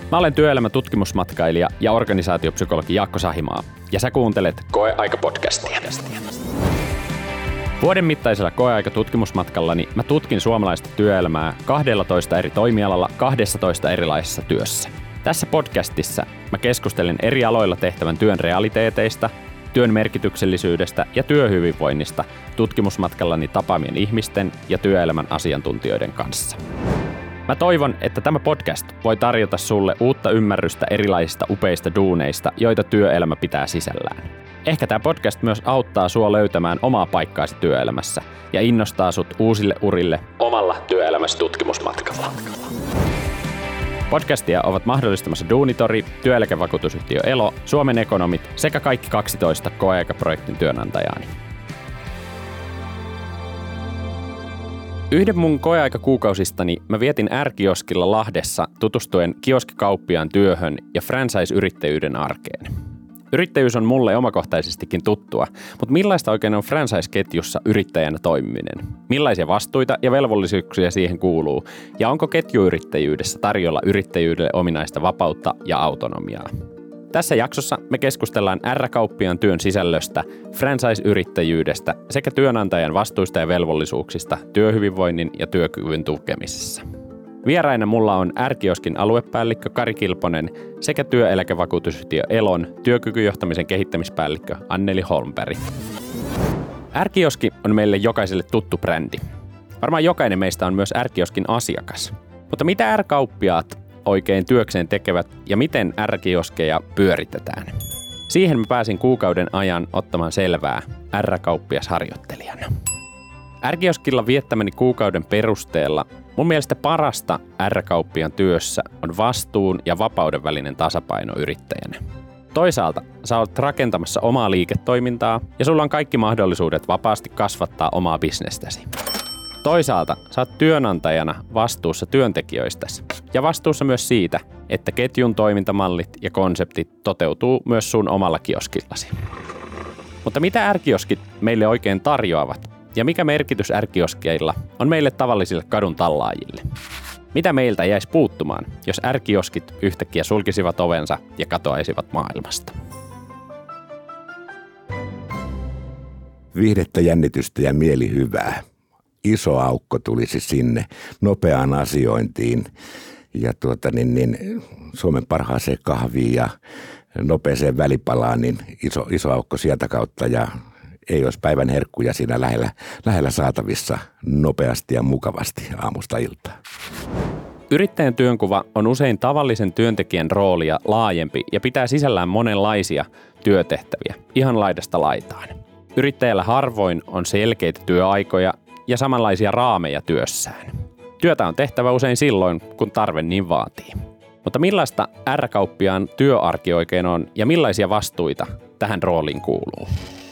Mä olen työelämätutkimusmatkailija ja organisaatiopsykologi Jaakko Sahimaa, ja sä kuuntelet Koeaika-podcastia. Vuoden mittaisella koeaika-tutkimusmatkallani mä tutkin suomalaista työelämää 12 eri toimialalla 12 erilaisessa työssä. Tässä podcastissa mä keskustelen eri aloilla tehtävän työn realiteeteista, työn merkityksellisyydestä ja työhyvinvoinnista tutkimusmatkallani tapaamien ihmisten ja työelämän asiantuntijoiden kanssa. Mä toivon, että tämä podcast voi tarjota sulle uutta ymmärrystä erilaisista upeista duuneista, joita työelämä pitää sisällään. Ehkä tämä podcast myös auttaa sua löytämään omaa paikkaasi työelämässä ja innostaa sut uusille urille omalla työelämässä tutkimusmatkalla. Podcastia ovat mahdollistamassa Duunitori, työeläkevakuutusyhtiö Elo, Suomen Ekonomit sekä kaikki 12 koeaikaprojektin työnantajaani. Yhden mun koeaikakuukausistani mä vietin R-kioskilla Lahdessa tutustuen kioskikauppiaan työhön ja franchise-yrittäjyyden arkeen. Yrittäjyys on mulle omakohtaisestikin tuttua, mutta millaista oikein on franchise-ketjussa yrittäjänä toimiminen? Millaisia vastuita ja velvollisuuksia siihen kuuluu? Ja onko ketjuyrittäjyydessä tarjolla yrittäjyydelle ominaista vapautta ja autonomiaa? Tässä jaksossa me keskustellaan R-kauppiaan työn sisällöstä, franchise-yrittäjyydestä sekä työnantajan vastuista ja velvollisuuksista työhyvinvoinnin ja työkyvyn tukemisessa. Vieraina mulla on R-kioskin aluepäällikkö Kari Kilponen sekä työeläkevakuutusyhtiö Elon työkykyjohtamisen kehittämispäällikkö Anneli Holmberg. R-kioski on meille jokaiselle tuttu brändi. Varmaan jokainen meistä on myös R-kioskin asiakas. Mutta mitä R-kauppiaat oikein työkseen tekevät ja miten R-kioskeja pyöritetään? Siihen mä pääsin kuukauden ajan ottamaan selvää R-kauppiasharjoittelijana. R-kioskilla viettämäni kuukauden perusteella mun mielestä parasta R-kauppiaan työssä on vastuun ja vapauden välinen tasapaino yrittäjänä. Toisaalta sä olet rakentamassa omaa liiketoimintaa ja sulla on kaikki mahdollisuudet vapaasti kasvattaa omaa bisnestäsi. Toisaalta sä oot työnantajana vastuussa työntekijöistäsi ja vastuussa myös siitä, että ketjun toimintamallit ja konseptit toteutuu myös sun omalla kioskillasi. Mutta mitä R-kioskit meille oikein tarjoavat? Ja mikä merkitys R-kioskeilla on meille tavallisille kadun tallaajille? Mitä meiltä jäisi puuttumaan, jos R-kioskit yhtäkkiä sulkisivat ovensa ja katoaisivat maailmasta? Viihdettä, jännitystä ja mielihyvää. Iso aukko tulisi sinne nopeaan asiointiin ja Suomen parhaaseen kahviin ja nopeeseen välipalaan, niin iso aukko sieltä kautta ja ei olisi päivän herkkuja siinä lähellä saatavissa nopeasti ja mukavasti aamusta iltaan. Yrittäjän työnkuva on usein tavallisen työntekijän roolia laajempi ja pitää sisällään monenlaisia työtehtäviä, ihan laidasta laitaan. Yrittäjällä harvoin on selkeitä työaikoja ja samanlaisia raameja työssään. Työtä on tehtävä usein silloin, kun tarve niin vaatii. Mutta millaista R-kauppiaan työarki oikein on ja millaisia vastuita tähän rooliin kuuluu?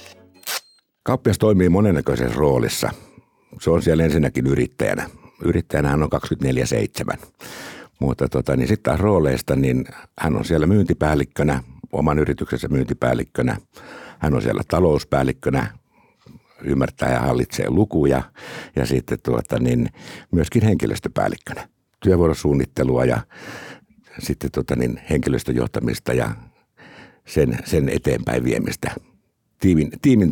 Kauppias toimii monennäköisessä roolissa. Se on siellä ensinnäkin yrittäjänä. Yrittäjänä hän on 24/7. Mutta sitten taas rooleista, niin hän on siellä myyntipäällikkönä, oman yrityksensä myyntipäällikkönä. Hän on siellä talouspäällikkönä, ymmärtää ja hallitsee lukuja ja sitten myöskin henkilöstöpäällikkönä. Työvuorosuunnittelua ja sitten henkilöstöjohtamista ja sen eteenpäin viemistä. Tiimin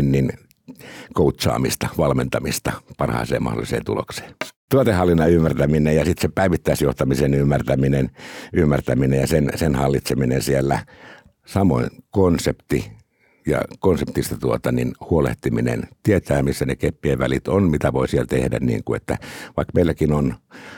coachaamista, valmentamista parhaaseen mahdolliseen tulokseen. Tuotehallinnan ymmärtäminen ja sitten se päivittäisjohtamisen ymmärtäminen ja sen hallitseminen siellä. Samoin konsepti ja konseptista huolehtiminen, tietää missä ne keppien välit on, mitä voi siellä tehdä, niin kuin että vaikka meilläkin on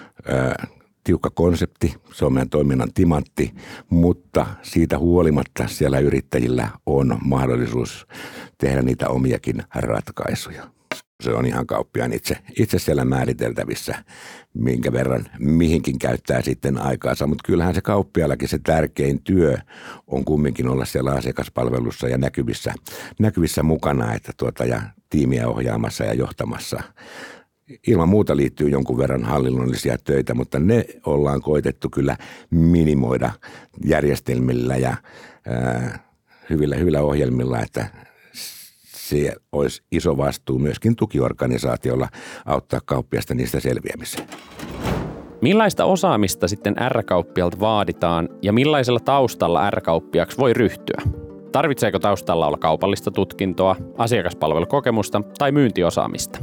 tiukka konsepti, se on meidän toiminnan timantti, mutta siitä huolimatta siellä yrittäjillä on mahdollisuus tehdä niitä omiakin ratkaisuja. Se on ihan kauppiaan itse siellä määriteltävissä, minkä verran mihinkin käyttää sitten aikaansa. Mutta kyllähän se kauppiallakin se tärkein työ on kumminkin olla siellä asiakaspalvelussa ja näkyvissä mukana ja tiimiä ohjaamassa ja johtamassa. Ilman muuta liittyy jonkun verran hallinnollisia töitä, mutta ne ollaan koitettu kyllä minimoida järjestelmillä ja hyvillä ohjelmilla, että se olisi iso vastuu myöskin tukiorganisaatiolla auttaa kauppiasta niistä selviämiseen. Millaista osaamista sitten R-kauppialta vaaditaan ja millaisella taustalla R-kauppiaksi voi ryhtyä? Tarvitseeko taustalla olla kaupallista tutkintoa, asiakaspalvelukokemusta tai myyntiosaamista?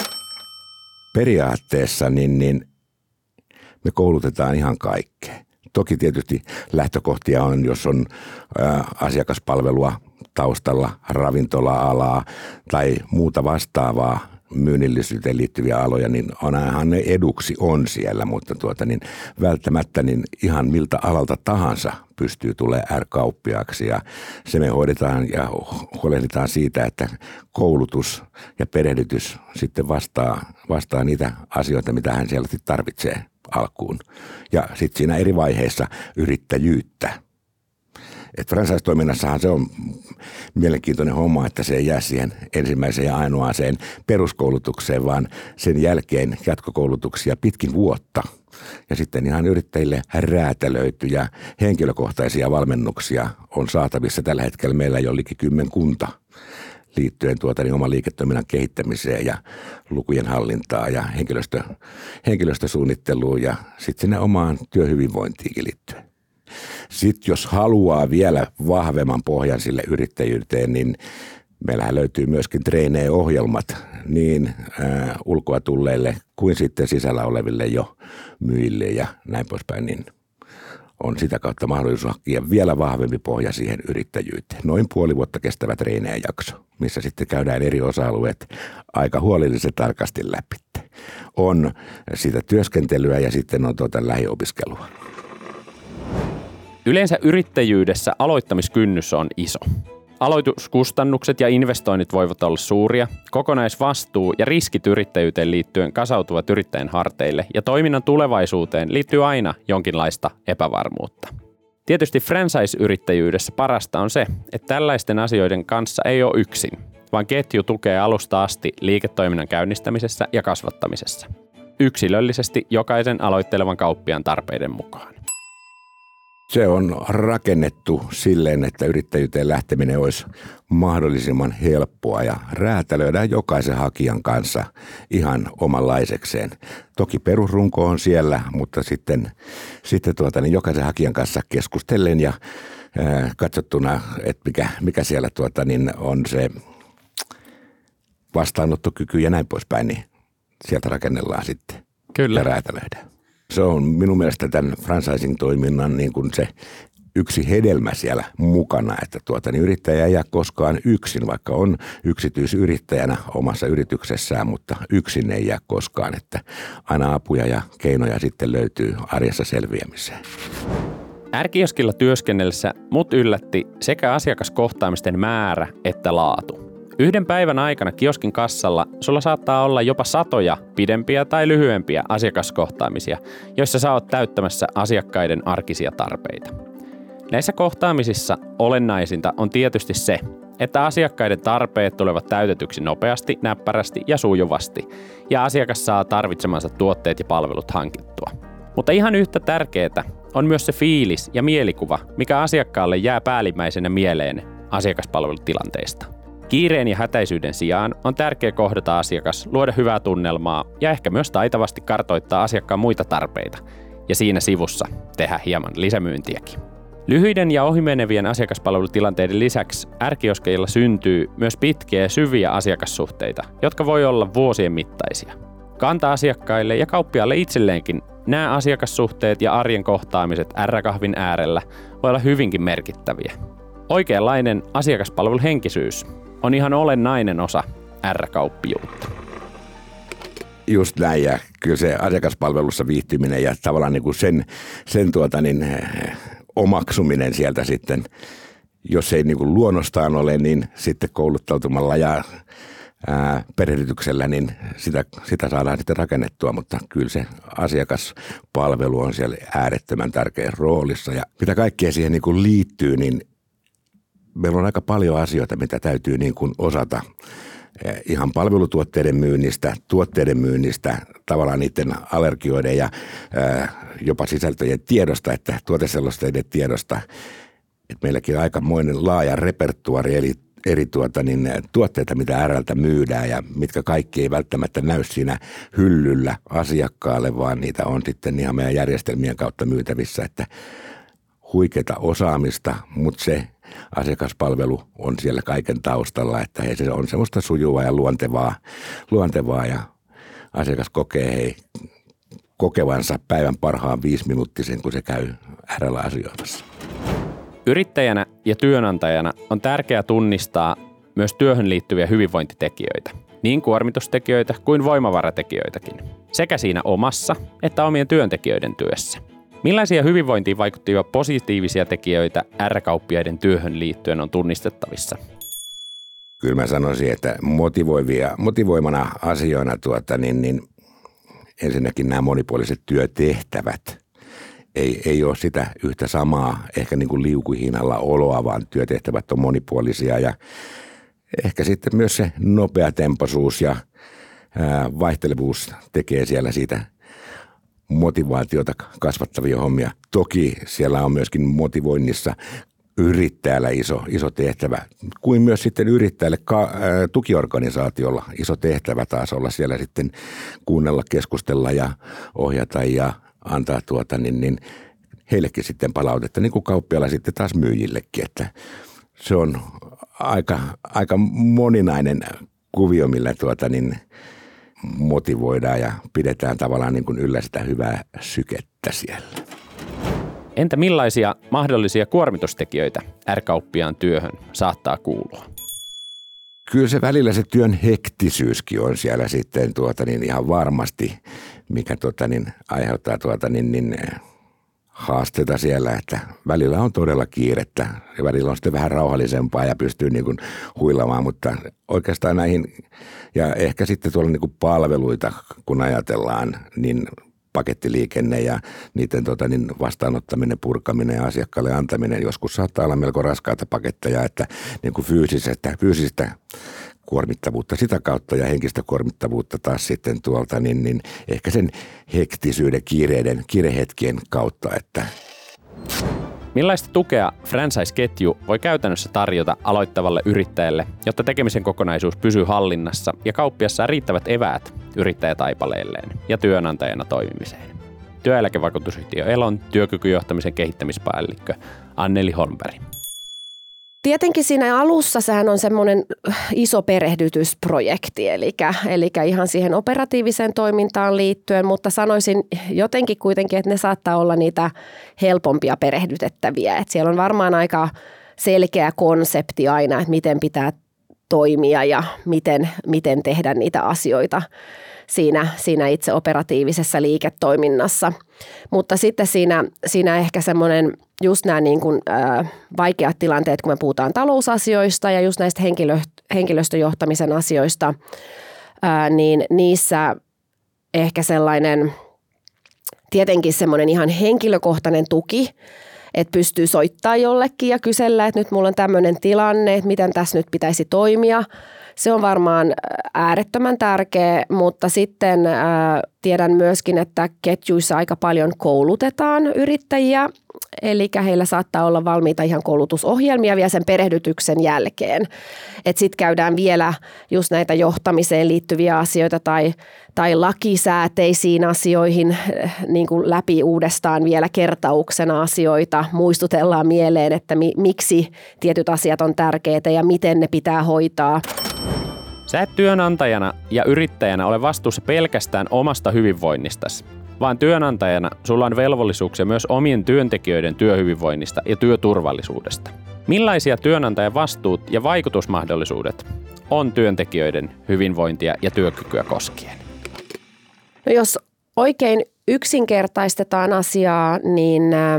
Periaatteessa niin me koulutetaan ihan kaikkea. Toki tietysti lähtökohtia on, jos on asiakaspalvelua taustalla, ravintola-alaa tai muuta vastaavaa myynnillisyyteen liittyviä aloja, niin onhan ne eduksi on siellä, mutta niin välttämättä niin ihan miltä alalta tahansa pystyy tulemaan R-kauppiaaksi ja se me hoidetaan ja huolehditaan siitä, että koulutus ja perehdytys sitten vastaa niitä asioita, mitä hän siellä tarvitsee alkuun. Ja sitten siinä eri vaiheissa yrittäjyyttä. Että franchise-toiminnassahan se on mielenkiintoinen homma, että se ei jää siihen ensimmäiseen ja ainoaseen peruskoulutukseen, vaan sen jälkeen jatkokoulutuksia pitkin vuotta. Ja sitten ihan yrittäjille räätälöityjä henkilökohtaisia valmennuksia on saatavissa tällä hetkellä meillä jo liki 10 liittyen oman liiketoiminnan kehittämiseen ja lukujen hallintaa ja henkilöstösuunnitteluun ja sitten sinne omaan työhyvinvointiinkin liittyen. Sitten jos haluaa vielä vahvemman pohjan sille yrittäjyyteen, niin meillähän löytyy myöskin treenee-ohjelmat niin ulkoa tulleille kuin sitten sisällä oleville jo myyjille ja näin poispäin, niin on sitä kautta mahdollisuus hakea vielä vahvempi pohja siihen yrittäjyyteen. Noin puoli vuotta kestävä treenee-jakso, missä sitten käydään eri osa-alueet aika huolellisesti tarkasti läpi. On sitä työskentelyä ja sitten on lähiopiskelua. Yleensä yrittäjyydessä aloittamiskynnys on iso. Aloituskustannukset ja investoinnit voivat olla suuria, kokonaisvastuu ja riskit yrittäjyyteen liittyen kasautuvat yrittäjän harteille ja toiminnan tulevaisuuteen liittyy aina jonkinlaista epävarmuutta. Tietysti franchise-yrittäjyydessä parasta on se, että tällaisten asioiden kanssa ei ole yksin, vaan ketju tukee alusta asti liiketoiminnan käynnistämisessä ja kasvattamisessa. Yksilöllisesti jokaisen aloittelevan kauppiaan tarpeiden mukaan. Se on rakennettu silleen, että yrittäjyyteen lähteminen olisi mahdollisimman helppoa ja räätälöidään jokaisen hakijan kanssa ihan omanlaisekseen. Toki perusrunko on siellä, mutta sitten niin jokaisen hakijan kanssa keskustellen ja katsottuna, että mikä siellä niin on se vastaanottokyky ja näin poispäin, niin sieltä rakennellaan sitten. Kyllä. Ja räätälöidään. Se on minun mielestä tämän franchising-toiminnan niin kuin se yksi hedelmä siellä mukana, että niin yrittäjä ei jää koskaan yksin, vaikka on yksityisyrittäjänä omassa yrityksessään, mutta yksin ei jää koskaan, että aina apuja ja keinoja sitten löytyy arjessa selviämiseen. R-kioskilla työskennellessä mut yllätti sekä asiakaskohtaamisten määrä että laatu. Yhden päivän aikana kioskin kassalla sulla saattaa olla jopa satoja pidempiä tai lyhyempiä asiakaskohtaamisia, joissa sä oot täyttämässä asiakkaiden arkisia tarpeita. Näissä kohtaamisissa olennaisinta on tietysti se, että asiakkaiden tarpeet tulevat täytetyksi nopeasti, näppärästi ja sujuvasti, ja asiakas saa tarvitsemansa tuotteet ja palvelut hankittua. Mutta ihan yhtä tärkeää on myös se fiilis ja mielikuva, mikä asiakkaalle jää päällimmäisenä mieleen asiakaspalvelutilanteesta. Kiireen ja hätäisyyden sijaan on tärkeää kohdata asiakas, luoda hyvää tunnelmaa ja ehkä myös taitavasti kartoittaa asiakkaan muita tarpeita ja siinä sivussa tehdä hieman lisämyyntiäkin. Lyhyiden ja ohimenevien asiakaspalvelutilanteiden lisäksi R-kioskeilla syntyy myös pitkiä ja syviä asiakassuhteita, jotka voi olla vuosien mittaisia. Kanta-asiakkaille ja kauppiaalle itselleenkin nämä asiakassuhteet ja arjen kohtaamiset R-kahvin äärellä voi olla hyvinkin merkittäviä. Oikeanlainen asiakaspalveluhenkisyys on ihan olennainen osa R-kauppijuutta. Just näin, ja kyllä se asiakaspalvelussa viihtyminen ja tavallaan niin kuin sen omaksuminen sieltä sitten, jos ei niin kuin luonnostaan ole, niin sitten kouluttautumalla ja perehdytyksellä, niin sitä saadaan sitten rakennettua, mutta kyllä se asiakaspalvelu on siellä äärettömän tärkeä roolissa. Ja mitä kaikkea siihen niin kuin liittyy, niin meillä on aika paljon asioita, mitä täytyy niin kuin osata. Ihan palvelutuotteiden myynnistä, tuotteiden myynnistä, tavallaan niiden allergioiden ja jopa sisältöjen tiedosta, että tuoteselosteiden tiedosta. Että meilläkin on aikamoinen laaja repertuari, eri tuotteita, mitä RL:ltä myydään ja mitkä kaikki ei välttämättä näy siinä hyllyllä asiakkaalle, vaan niitä on sitten ihan meidän järjestelmien kautta myytävissä, että huikeata osaamista, mutta se asiakaspalvelu on siellä kaiken taustalla, että se on semmoista sujuvaa ja luontevaa ja asiakas kokee kokevansa päivän parhaan 5-minuuttisen, kun se käy RL asioimassa. Yrittäjänä ja työnantajana on tärkeää tunnistaa myös työhön liittyviä hyvinvointitekijöitä, niin kuormitustekijöitä kuin voimavaratekijöitäkin, sekä siinä omassa että omien työntekijöiden työssä. Millaisia hyvinvointiin vaikuttavia positiivisia tekijöitä R-kauppiaiden työhön liittyen on tunnistettavissa? Kyllä mä sanoisin, että motivoimana asioina ensinnäkin nämä monipuoliset työtehtävät. Ei ole sitä yhtä samaa ehkä niin kuin liukuhihnalla oloa, vaan työtehtävät on monipuolisia ja ehkä sitten myös se nopeatempoisuus ja vaihtelevuus tekee siellä siitä motivaatiota kasvattavia hommia. Toki siellä on myöskin motivoinnissa yrittäjällä iso tehtävä, kuin myös sitten yrittäjälle tukiorganisaatiolla iso tehtävä taas olla siellä sitten kuunnella, keskustella ja ohjata ja antaa heillekin sitten palautetta, niin kuin kauppiailla sitten taas myyjillekin, että se on aika moninainen kuvio, millä motivoidaan ja pidetään tavallaan niin kuin yllä sitä hyvää sykettä siellä. Entä millaisia mahdollisia kuormitustekijöitä R-kauppiaan työhön saattaa kuulua? Kyllä se välillä se työn hektisyyskin on siellä sitten ihan varmasti, mikä aiheuttaa haasteita siellä, että välillä on todella kiirettä ja välillä on sitten vähän rauhallisempaa ja pystyy niin kuin huilamaan, mutta oikeastaan näihin ja ehkä sitten tuolla niin kuin palveluita, kun ajatellaan, niin pakettiliikenne ja niiden vastaanottaminen, purkaminen ja asiakkaalle antaminen joskus saattaa olla melko raskaita paketteja, että niin kuin fyysistä kuormittavuutta sitä kautta ja henkistä kuormittavuutta taas sitten tuolta, niin ehkä sen hektisyyden, kiirehetkien kautta. Että. Millaista tukea franchise-ketju voi käytännössä tarjota aloittavalle yrittäjälle, jotta tekemisen kokonaisuus pysyy hallinnassa ja kauppiassa on riittävät eväät yrittäjätaipaleelleen ja työnantajana toimimiseen? Työeläkevakuutusyhtiö Elon työkykyjohtamisen kehittämispäällikkö Anneli Holmberg. Tietenkin siinä alussa sehän on semmoinen iso perehdytysprojekti, eli ihan siihen operatiiviseen toimintaan liittyen, mutta sanoisin jotenkin kuitenkin, että ne saattaa olla niitä helpompia perehdytettäviä. Että siellä on varmaan aika selkeä konsepti aina, että miten pitää toimia ja miten tehdä niitä asioita siinä itse operatiivisessa liiketoiminnassa. Mutta sitten siinä ehkä semmoinen just nämä niin kuin, vaikeat tilanteet, kun me puhutaan talousasioista ja just näistä henkilöstöjohtamisen asioista, niin niissä ehkä sellainen tietenkin semmoinen ihan henkilökohtainen tuki, että pystyy soittamaan jollekin ja kysellä, että nyt mulla on tämmöinen tilanne, että miten tässä nyt pitäisi toimia. Se on varmaan äärettömän tärkeä, mutta sitten tiedän myöskin, että ketjuissa aika paljon koulutetaan yrittäjiä, eli heillä saattaa olla valmiita ihan koulutusohjelmia vielä sen perehdytyksen jälkeen. Että sitten käydään vielä just näitä johtamiseen liittyviä asioita tai lakisääteisiin asioihin niin kuin läpi uudestaan vielä kertauksena asioita. Muistutellaan mieleen, että miksi tietyt asiat on tärkeitä ja miten ne pitää hoitaa. Sä et työnantajana ja yrittäjänä ole vastuussa pelkästään omasta hyvinvoinnistasi, vaan työnantajana sulla on velvollisuuksia myös omien työntekijöiden työhyvinvoinnista ja työturvallisuudesta. Millaisia työnantajan vastuut ja vaikutusmahdollisuudet on työntekijöiden hyvinvointia ja työkykyä koskien? No jos oikein yksinkertaistetaan asiaa, niin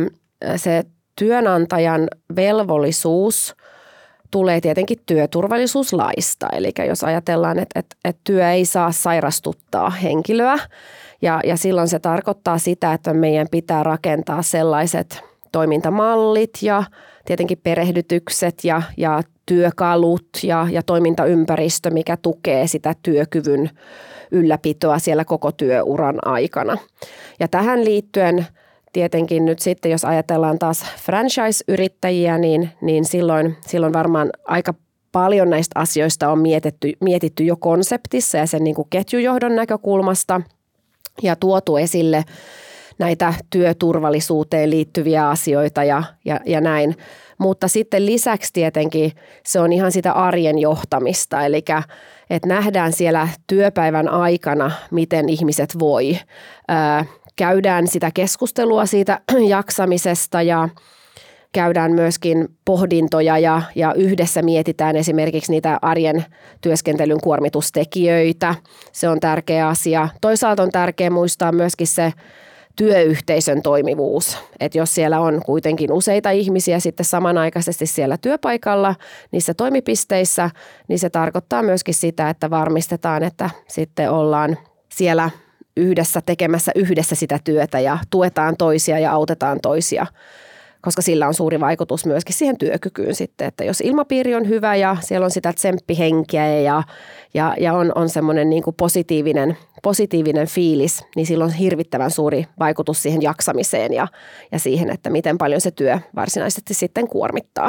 se työnantajan velvollisuus tulee tietenkin työturvallisuuslaista. Eli jos ajatellaan, että työ ei saa sairastuttaa henkilöä ja silloin se tarkoittaa sitä, että meidän pitää rakentaa sellaiset toimintamallit ja tietenkin perehdytykset ja työkalut ja toimintaympäristö, mikä tukee sitä työkyvyn ylläpitoa siellä koko työuran aikana. Ja tähän liittyen tietenkin nyt sitten, jos ajatellaan taas franchise-yrittäjiä, niin silloin varmaan aika paljon näistä asioista on mietitty jo konseptissa ja sen niin kuin ketjujohdon näkökulmasta ja tuotu esille näitä työturvallisuuteen liittyviä asioita ja näin. Mutta sitten lisäksi tietenkin se on ihan sitä arjen johtamista, eli että nähdään siellä työpäivän aikana, miten ihmiset voi. Käydään sitä keskustelua siitä jaksamisesta ja käydään myöskin pohdintoja ja yhdessä mietitään esimerkiksi niitä arjen työskentelyn kuormitustekijöitä. Se on tärkeä asia. Toisaalta on tärkeää muistaa myöskin se työyhteisön toimivuus. Että jos siellä on kuitenkin useita ihmisiä sitten samanaikaisesti siellä työpaikalla, niissä toimipisteissä, niin se tarkoittaa myöskin sitä, että varmistetaan, että sitten ollaan siellä yhdessä tekemässä yhdessä sitä työtä ja tuetaan toisia ja autetaan toisia, koska sillä on suuri vaikutus myöskin siihen työkykyyn sitten, että jos ilmapiiri on hyvä ja siellä on sitä tsemppihenkeä ja on semmoinen niin kuin positiivinen fiilis, niin sillä on hirvittävän suuri vaikutus siihen jaksamiseen ja siihen, että miten paljon se työ varsinaisesti sitten kuormittaa.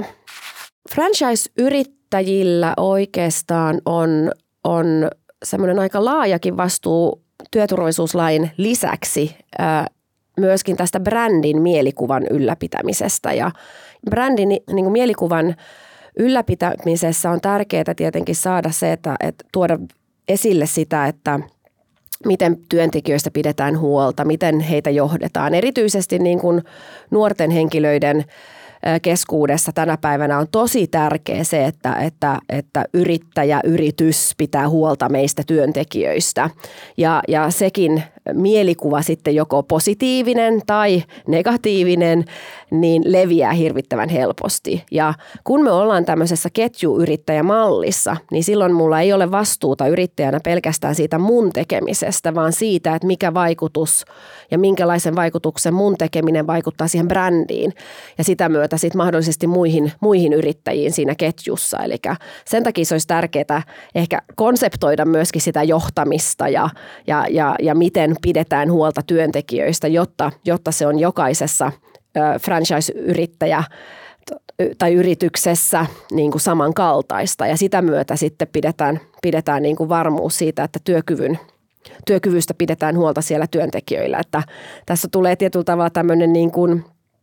Franchise-yrittäjillä oikeastaan on semmoinen aika laajakin vastuu työturvallisuuslain lisäksi myöskin tästä brändin mielikuvan ylläpitämisestä. Ja brändin niin kuin mielikuvan ylläpitämisessä on tärkeää tietenkin saada se, että tuoda esille sitä, että miten työntekijöistä pidetään huolta, miten heitä johdetaan. Erityisesti niin kuin nuorten henkilöiden keskuudessa tänä päivänä on tosi tärkeä se, että yritys pitää huolta meistä työntekijöistä. Ja sekin mielikuva sitten joko positiivinen tai negatiivinen, niin leviää hirvittävän helposti. Ja kun me ollaan tämmöisessä ketjuyrittäjämallissa, niin silloin mulla ei ole vastuuta yrittäjänä pelkästään siitä mun tekemisestä, vaan siitä, että mikä vaikutus ja minkälaisen vaikutuksen mun tekeminen vaikuttaa siihen brändiin ja sitä myötä sitten mahdollisesti muihin yrittäjiin siinä ketjussa. Eli sen takia se olisi tärkeää ehkä konseptoida myöskin sitä johtamista ja miten pidetään huolta työntekijöistä, jotta se on jokaisessa franchise-yrittäjä tai yrityksessä niin kuin samankaltaista. Ja sitä myötä sitten pidetään niin kuin varmuus siitä, että työkyvystä pidetään huolta siellä työntekijöillä. Että tässä tulee tietyllä tavalla tämmöinen niin kuin,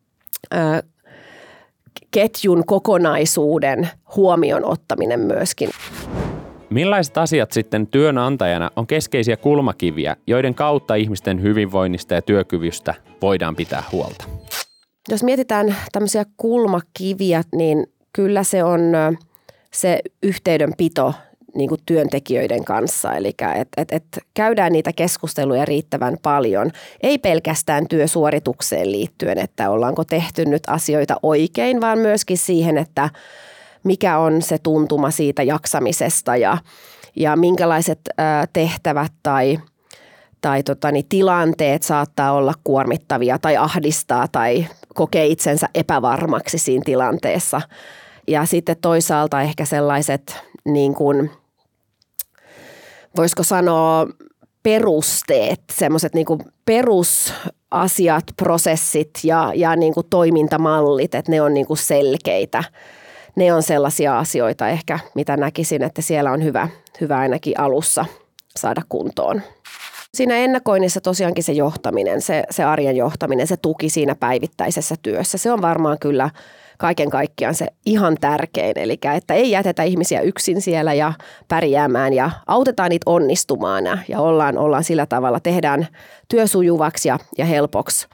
ketjun kokonaisuuden huomioon ottaminen myöskin. Millaiset asiat sitten työnantajana on keskeisiä kulmakiviä, joiden kautta ihmisten hyvinvoinnista ja työkyvystä voidaan pitää huolta? Jos mietitään tämmöisiä kulmakiviä, niin kyllä se on se yhteydenpito niin kuin työntekijöiden kanssa. Eli että käydään niitä keskusteluja riittävän paljon. Ei pelkästään työsuoritukseen liittyen, että ollaanko tehty nyt asioita oikein, vaan myöskin siihen, että mikä on se tuntuma siitä jaksamisesta ja minkälaiset tehtävät tai tilanteet saattaa olla kuormittavia tai ahdistaa tai kokee itsensä epävarmaksi siinä tilanteessa. Ja sitten toisaalta ehkä sellaiset, niin kuin, voisiko sanoa perusteet, semmoiset niin kuin perusasiat, prosessit ja niin kuin toimintamallit, että ne on niin kuin selkeitä. Ne on sellaisia asioita ehkä, mitä näkisin, että siellä on hyvä ainakin alussa saada kuntoon. Siinä ennakoinnissa tosiaankin se johtaminen, se arjen johtaminen, se tuki siinä päivittäisessä työssä, se on varmaan kyllä kaiken kaikkiaan se ihan tärkein. Eli että ei jätetä ihmisiä yksin siellä ja pärjäämään ja autetaan niitä onnistumaan ja ollaan sillä tavalla, tehdään työ sujuvaksi ja helpoksi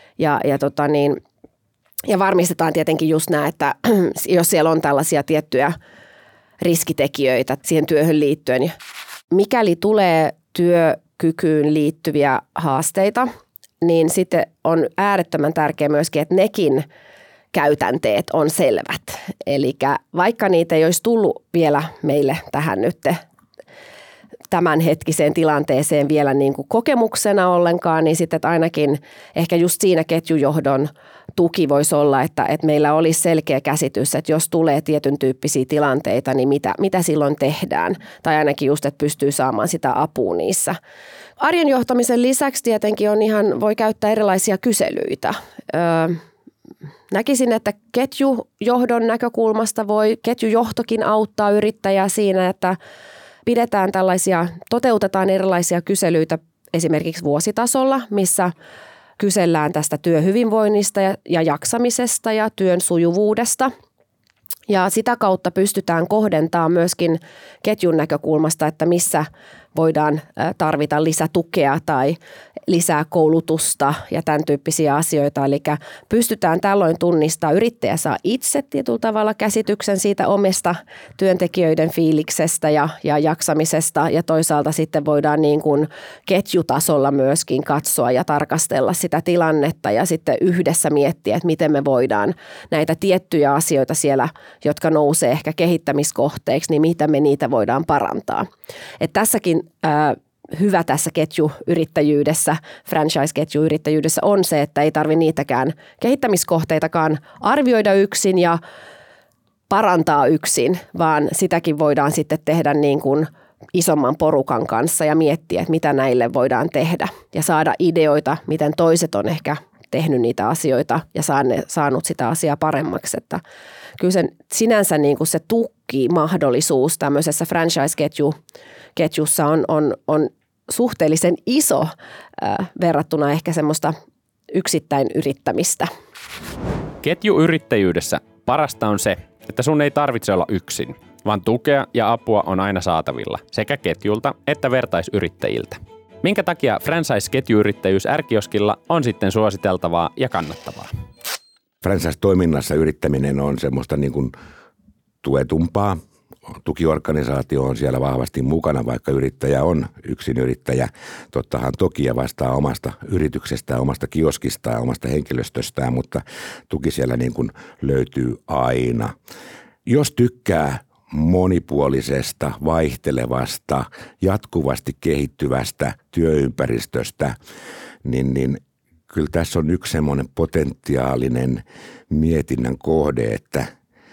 ja varmistetaan tietenkin just nämä, että jos siellä on tällaisia tiettyjä riskitekijöitä siihen työhön liittyen, mikäli tulee työkykyyn liittyviä haasteita, niin sitten on äärettömän tärkeää myöskin, että nekin käytänteet on selvät. Eli vaikka niitä ei olisi tullut vielä meille tähän nyt tämänhetkiseen tilanteeseen vielä niin kuin kokemuksena ollenkaan, niin sitten ainakin ehkä just siinä ketjujohdon tuki voisi olla, että meillä olisi selkeä käsitys, että jos tulee tietyn tyyppisiä tilanteita, niin mitä silloin tehdään. Tai ainakin just, että pystyy saamaan sitä apua niissä. Arjen johtamisen lisäksi tietenkin voi käyttää erilaisia kyselyitä. näkisin, että ketjujohdon näkökulmasta voi ketjujohtokin auttaa yrittäjää siinä, että toteutetaan erilaisia kyselyitä esimerkiksi vuositasolla, missä kysellään tästä työhyvinvoinnista ja jaksamisesta ja työn sujuvuudesta. Ja sitä kautta pystytään kohdentamaan myöskin ketjun näkökulmasta, että missä voidaan tarvita lisätukea tai lisää koulutusta ja tämän tyyppisiä asioita. Eli pystytään tällöin tunnistamaan, yrittäjä saa itse tietyllä tavalla käsityksen siitä omasta työntekijöiden fiiliksestä ja jaksamisesta ja toisaalta sitten voidaan niin kuin ketjutasolla myöskin katsoa ja tarkastella sitä tilannetta ja sitten yhdessä miettiä, että miten me voidaan näitä tiettyjä asioita siellä, jotka nousee ehkä kehittämiskohteiksi, niin miten me niitä voidaan parantaa. Että tässäkin hyvä tässä ketjuyrittäjyydessä, franchise-ketjuyrittäjyydessä on se, että ei tarvitse niitäkään kehittämiskohteitakaan arvioida yksin ja parantaa yksin, vaan sitäkin voidaan sitten tehdä niin kuin isomman porukan kanssa ja miettiä, että mitä näille voidaan tehdä ja saada ideoita, miten toiset on ehkä tehnyt niitä asioita ja saanut sitä asiaa paremmaksi. Että kyllä sen, sinänsä niin kuin se tukimahdollisuus tämmöisessä franchise-ketjussa on suhteellisen iso verrattuna ehkä semmoista yksittäin yrittämistä. Ketjuyrittäjyydessä parasta on se, että sun ei tarvitse olla yksin, vaan tukea ja apua on aina saatavilla sekä ketjulta että vertaisyrittäjiltä. Minkä takia franchise-ketjuyrittäjyys R-kioskilla on sitten suositeltavaa ja kannattavaa? Franchise-toiminnassa yrittäminen on semmoista niin kuin tuetumpaa. Tukiorganisaatio on siellä vahvasti mukana, vaikka yrittäjä on yksinyrittäjä. Tottahan toki ja vastaa omasta yrityksestä, omasta kioskistaan, omasta henkilöstöstään, mutta tuki siellä niin kuin löytyy aina. Jos tykkää monipuolisesta, vaihtelevasta, jatkuvasti kehittyvästä työympäristöstä, niin kyllä tässä on yksi semmoinen potentiaalinen mietinnän kohde, että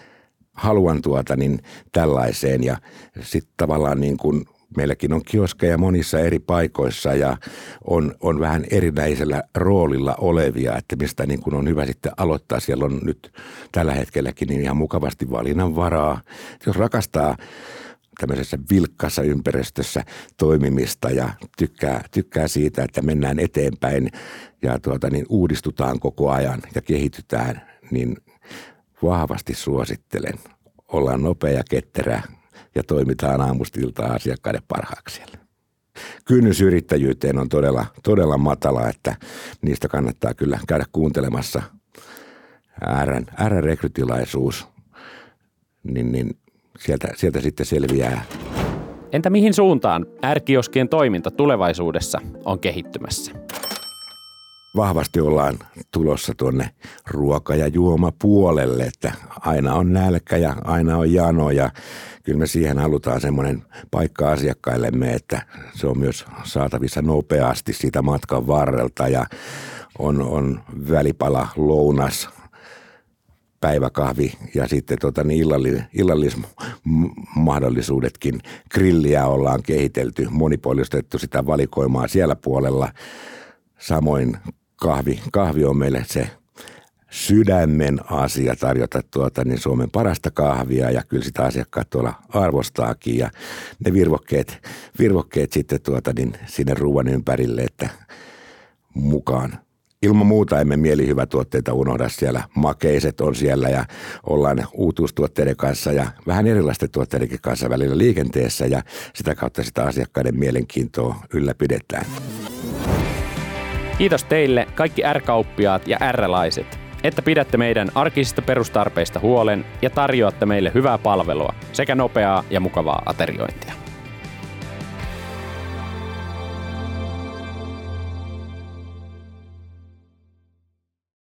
haluan tällaiseen ja sitten tavallaan niin kuin meilläkin on kioskeja monissa eri paikoissa ja on vähän erinäisellä roolilla olevia, että mistä niin kuin on hyvä sitten aloittaa. Siellä on nyt tällä hetkelläkin niin ihan mukavasti valinnanvaraa. Jos rakastaa tämmöisessä vilkkaassa ympäristössä toimimista ja tykkää siitä, että mennään eteenpäin ja uudistutaan koko ajan ja kehitytään, niin vahvasti suosittelen. Ollaan nopea ja ketterä ja toimitaan aamusta iltaan asiakkaiden parhaaksi siellä. Kynnys yrittäjyyteen on todella matala, että niistä kannattaa kyllä käydä kuuntelemassa R-rekrytilaisuus, niin sieltä sitten selviää. Entä mihin suuntaan R-kioskien toiminta tulevaisuudessa on kehittymässä? Vahvasti ollaan tulossa tuonne ruoka- ja juomapuolelle, että aina on nälkä ja aina on jano ja kyllä me siihen halutaan semmoinen paikka asiakkaillemme, että se on myös saatavissa nopeasti siitä matkan varrelta ja on välipala, lounas, päiväkahvi ja sitten illallismahdollisuudetkin. Grilliä ollaan kehitelty, monipuolistettu sitä valikoimaa siellä puolella. Samoin kahvi on meille se sydämen asia tarjota Suomen parasta kahvia ja kyllä sitä asiakkaat tuolla arvostaakin ja ne virvokkeet sitten sinne ruoan ympärille, että mukaan. Ilman muuta emme mielihyvätuotteita unohda siellä. Makeiset on siellä ja ollaan uutuustuotteiden kanssa ja vähän erilaisten tuotteidenkin kanssa välillä liikenteessä ja sitä kautta sitä asiakkaiden mielenkiintoa ylläpidetään. Kiitos teille kaikki R-kauppiaat ja R-laiset, että pidätte meidän arkisista perustarpeista huolen ja tarjoatte meille hyvää palvelua sekä nopeaa ja mukavaa ateriointia.